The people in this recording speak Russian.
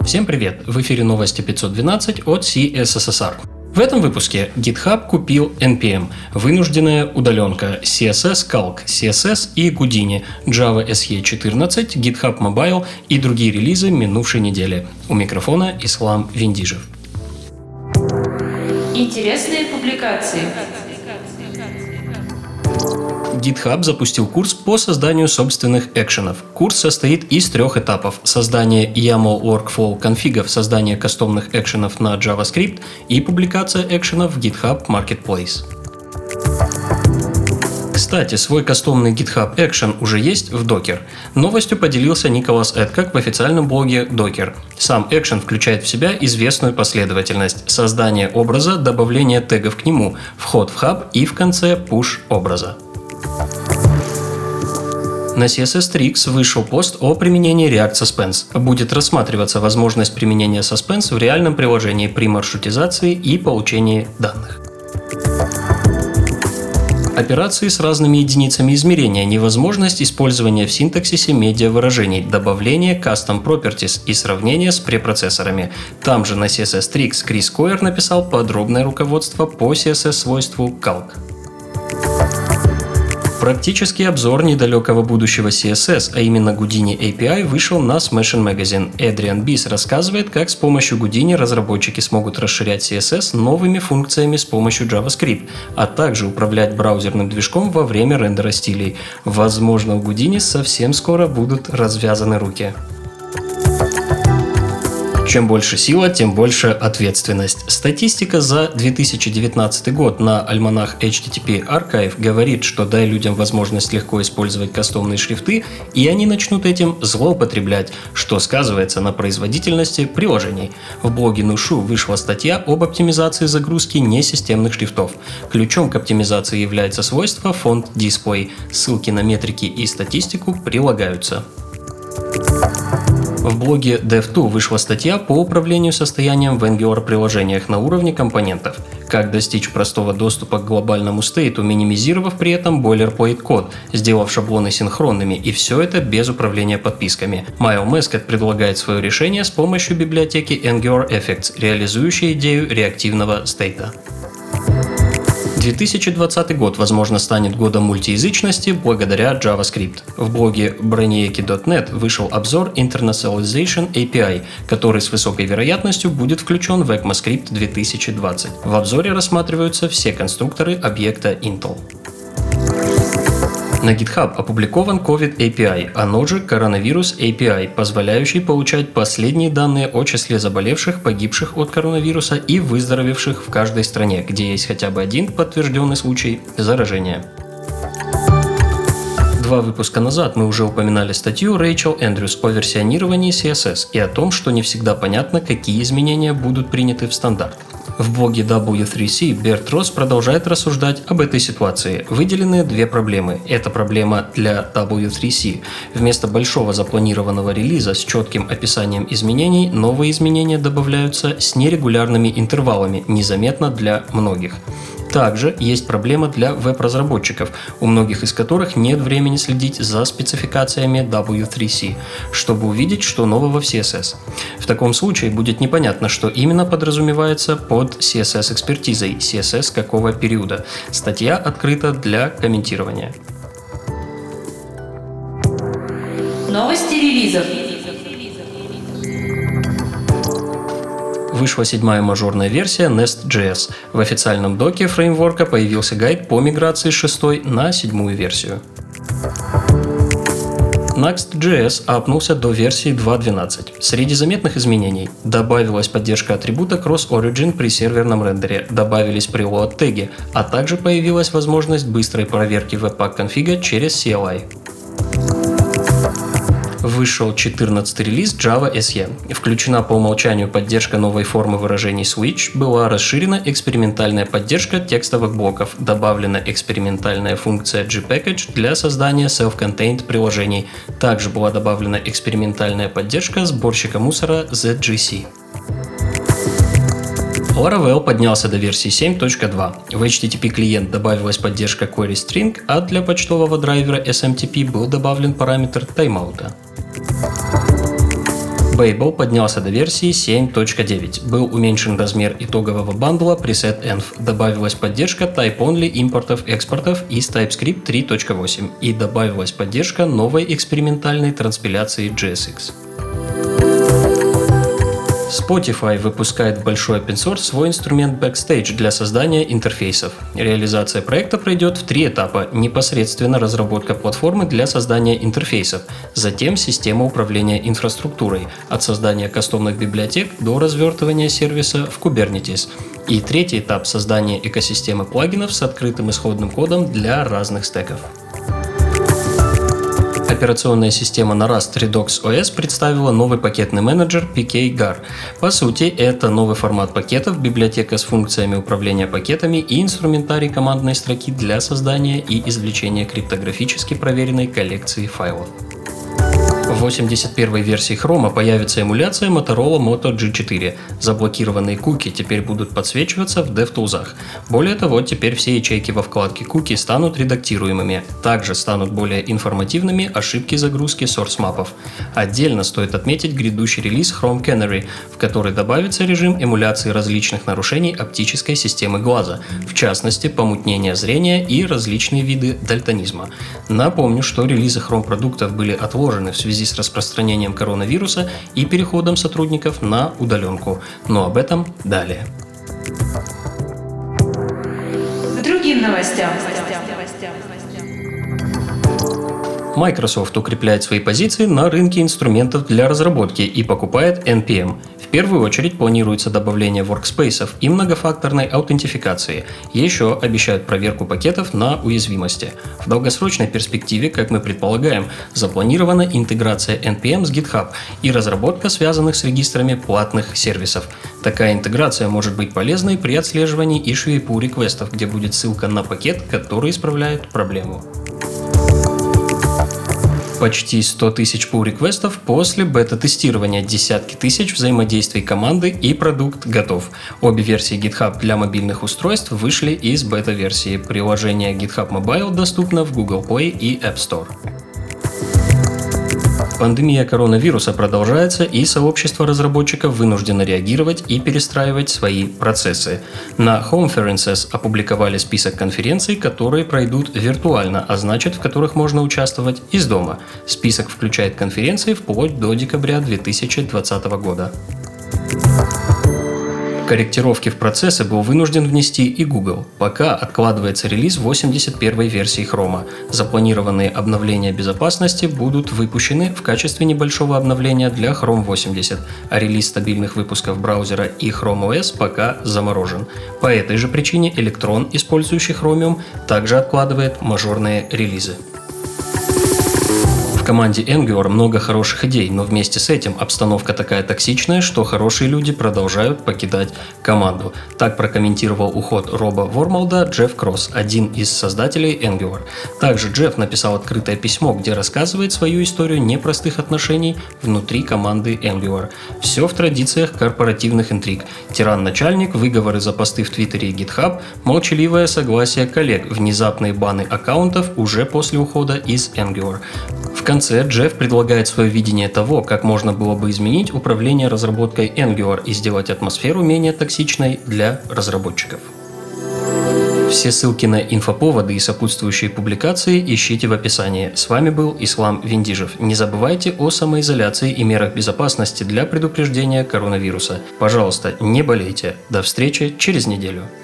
Всем привет! В эфире новости 512 от CSSR. В этом выпуске GitHub купил NPM, вынужденная удаленка, CSS Calc, CSS и Houdini, Java SE 14, GitHub Mobile и другие релизы минувшей недели. У микрофона Ислам Виндижев. Интересные публикации. GitHub запустил курс по созданию собственных экшенов. Курс состоит из 3 этапов: создание YAML Workflow конфигов, создание кастомных экшенов на JavaScript и публикация экшенов в GitHub Marketplace. Кстати, свой кастомный GitHub Action уже есть в Docker. Новостью поделился Николас Эдкок в официальном блоге Docker. Сам Action включает в себя известную последовательность: создание образа, добавление тегов к нему, вход в хаб и в конце push образа. На CSS Tricks вышел пост о применении React Suspense. Будет рассматриваться возможность применения Suspense в реальном приложении при маршрутизации и получении данных. Операции с разными единицами измерения, невозможность использования в синтаксисе медиавыражений, добавление Custom Properties и сравнение с препроцессорами. Там же на CSS Tricks Крис Койер написал подробное руководство по CSS-свойству Calc. Практический обзор недалекого будущего CSS, а именно Houdini API, вышел на Smashing Magazine. Эдриан Бис рассказывает, как с помощью Houdini разработчики смогут расширять CSS новыми функциями с помощью JavaScript, а также управлять браузерным движком во время рендера стилей. Возможно, у Houdini совсем скоро будут развязаны руки. Чем больше сила, тем больше ответственность. Статистика за 2019 год на альманах HTTP Archive говорит, что дай людям возможность легко использовать кастомные шрифты, и они начнут этим злоупотреблять, что сказывается на производительности приложений. В блоге Нушу вышла статья об оптимизации загрузки несистемных шрифтов. Ключом к оптимизации является свойство Font Display. Ссылки на метрики и статистику прилагаются. В блоге Dev2 вышла статья по управлению состоянием в Angular-приложениях на уровне компонентов. Как достичь простого доступа к глобальному стейту, минимизировав при этом boilerplate код, сделав шаблоны синхронными, и все это без управления подписками. Mile Mascot предлагает свое решение с помощью библиотеки Angular Effects, реализующей идею реактивного стейта. 2020 год, возможно, станет годом мультиязычности благодаря JavaScript. В блоге brainiac.net вышел обзор Internationalization API, который с высокой вероятностью будет включен в ECMAScript 2020. В обзоре рассматриваются все конструкторы объекта Intel. На GitHub опубликован COVID API, оно же Coronavirus API, позволяющий получать последние данные о числе заболевших, погибших от коронавируса и выздоровевших в каждой стране, где есть хотя бы один подтвержденный случай заражения. 2 выпуска назад мы уже упоминали статью Рэйчел Эндрюс о версионировании CSS и о том, что не всегда понятно, какие изменения будут приняты в стандарт. В блоге W3C Берт Росс продолжает рассуждать об этой ситуации. Выделены 2 проблемы. Это проблема для W3C. Вместо большого запланированного релиза с четким описанием изменений, новые изменения добавляются с нерегулярными интервалами, незаметно для многих. Также есть проблема для веб-разработчиков, у многих из которых нет времени следить за спецификациями W3C, чтобы увидеть, что нового в CSS. В таком случае будет непонятно, что именно подразумевается под CSS-экспертизой, CSS какого периода. Статья открыта для комментирования. Новости релизов. Вышла 7-я мажорная версия Nest.js. В официальном доке фреймворка появился гайд по миграции с 6-й на 7-ю версию. Next.js апнулся до версии 2.12. Среди заметных изменений добавилась поддержка атрибута Cross-Origin при серверном рендере, добавились preload теги, а также появилась возможность быстрой проверки Webpack конфига через CLI. Вышел 14-й релиз Java SE. Включена по умолчанию поддержка новой формы выражений Switch, была расширена экспериментальная поддержка текстовых блоков, добавлена экспериментальная функция gpackage для создания self-contained приложений. Также была добавлена экспериментальная поддержка сборщика мусора ZGC. Laravel поднялся до версии 7.2. В HTTP клиент добавилась поддержка query string, а для почтового драйвера SMTP был добавлен параметр таймаута. Babel поднялся до версии 7.9. Был уменьшен размер итогового бандла preset env. Добавилась поддержка type-only импортов-экспортов из TypeScript 3.8. И добавилась поддержка новой экспериментальной транспиляции JSX. Spotify выпускает в большой open source свой инструмент Backstage для создания интерфейсов. Реализация проекта пройдет в 3 этапа. Непосредственно разработка платформы для создания интерфейсов, затем система управления инфраструктурой, от создания кастомных библиотек до развертывания сервиса в Kubernetes. И 3-й этап – создания экосистемы плагинов с открытым исходным кодом для разных стеков. Операционная система на Rust Redux OS представила новый пакетный менеджер pkgar. По сути, это новый формат пакетов, библиотека с функциями управления пакетами и инструментарий командной строки для создания и извлечения криптографически проверенной коллекции файлов. В 81-й версии Chrome появится эмуляция Motorola Moto G4. Заблокированные куки теперь будут подсвечиваться в DevTools. Более того, теперь все ячейки во вкладке куки станут редактируемыми. Также станут более информативными ошибки загрузки source-мапов. Отдельно стоит отметить грядущий релиз Chrome Canary, в который добавится режим эмуляции различных нарушений оптической системы глаза, в частности, помутнение зрения и различные виды дальтонизма. Напомню, что релизы Chrome продуктов были отложены в связи с распространением коронавируса и переходом сотрудников на удаленку. Но об этом далее. К другим новостям. Microsoft укрепляет свои позиции на рынке инструментов для разработки и покупает NPM. В первую очередь планируется добавление workspace'ов и многофакторной аутентификации. Еще обещают проверку пакетов на уязвимости. В долгосрочной перспективе, как мы предполагаем, запланирована интеграция NPM с GitHub и разработка связанных с регистрами платных сервисов. Такая интеграция может быть полезной при отслеживании issue и pull реквестов, где будет ссылка на пакет, который исправляет проблему. Почти 100 тысяч pull-реквестов после бета-тестирования, десятки тысяч взаимодействий команды и продукт готов. Обе версии GitHub для мобильных устройств вышли из бета-версии. Приложение GitHub Mobile доступно в Google Play и App Store. Пандемия коронавируса продолжается, и сообщество разработчиков вынуждено реагировать и перестраивать свои процессы. На Homeferences опубликовали список конференций, которые пройдут виртуально, а значит, в которых можно участвовать из дома. Список включает конференции вплоть до декабря 2020 года. Корректировки в процессы был вынужден внести и Google. Пока откладывается релиз 81-й версии Chrome. Запланированные обновления безопасности будут выпущены в качестве небольшого обновления для Chrome 80, а релиз стабильных выпусков браузера и Chrome OS пока заморожен. По этой же причине Electron, использующий Chromium, также откладывает мажорные релизы. В команде Angular много хороших идей, но вместе с этим обстановка такая токсичная, что хорошие люди продолжают покидать команду. Так прокомментировал уход Роба Вормолда Джефф Кросс, один из создателей Angular. Также Джефф написал открытое письмо, где рассказывает свою историю непростых отношений внутри команды Angular. Все в традициях корпоративных интриг. Тиран-начальник, выговоры за посты в Твиттере и GitHub, молчаливое согласие коллег, внезапные баны аккаунтов уже после ухода из Angular. В конце Джефф предлагает свое видение того, как можно было бы изменить управление разработкой Angular и сделать атмосферу менее токсичной для разработчиков. Все ссылки на инфоповоды и сопутствующие публикации ищите в описании. С вами был Ислам Виндижев. Не забывайте о самоизоляции и мерах безопасности для предупреждения коронавируса. Пожалуйста, не болейте. До встречи через неделю.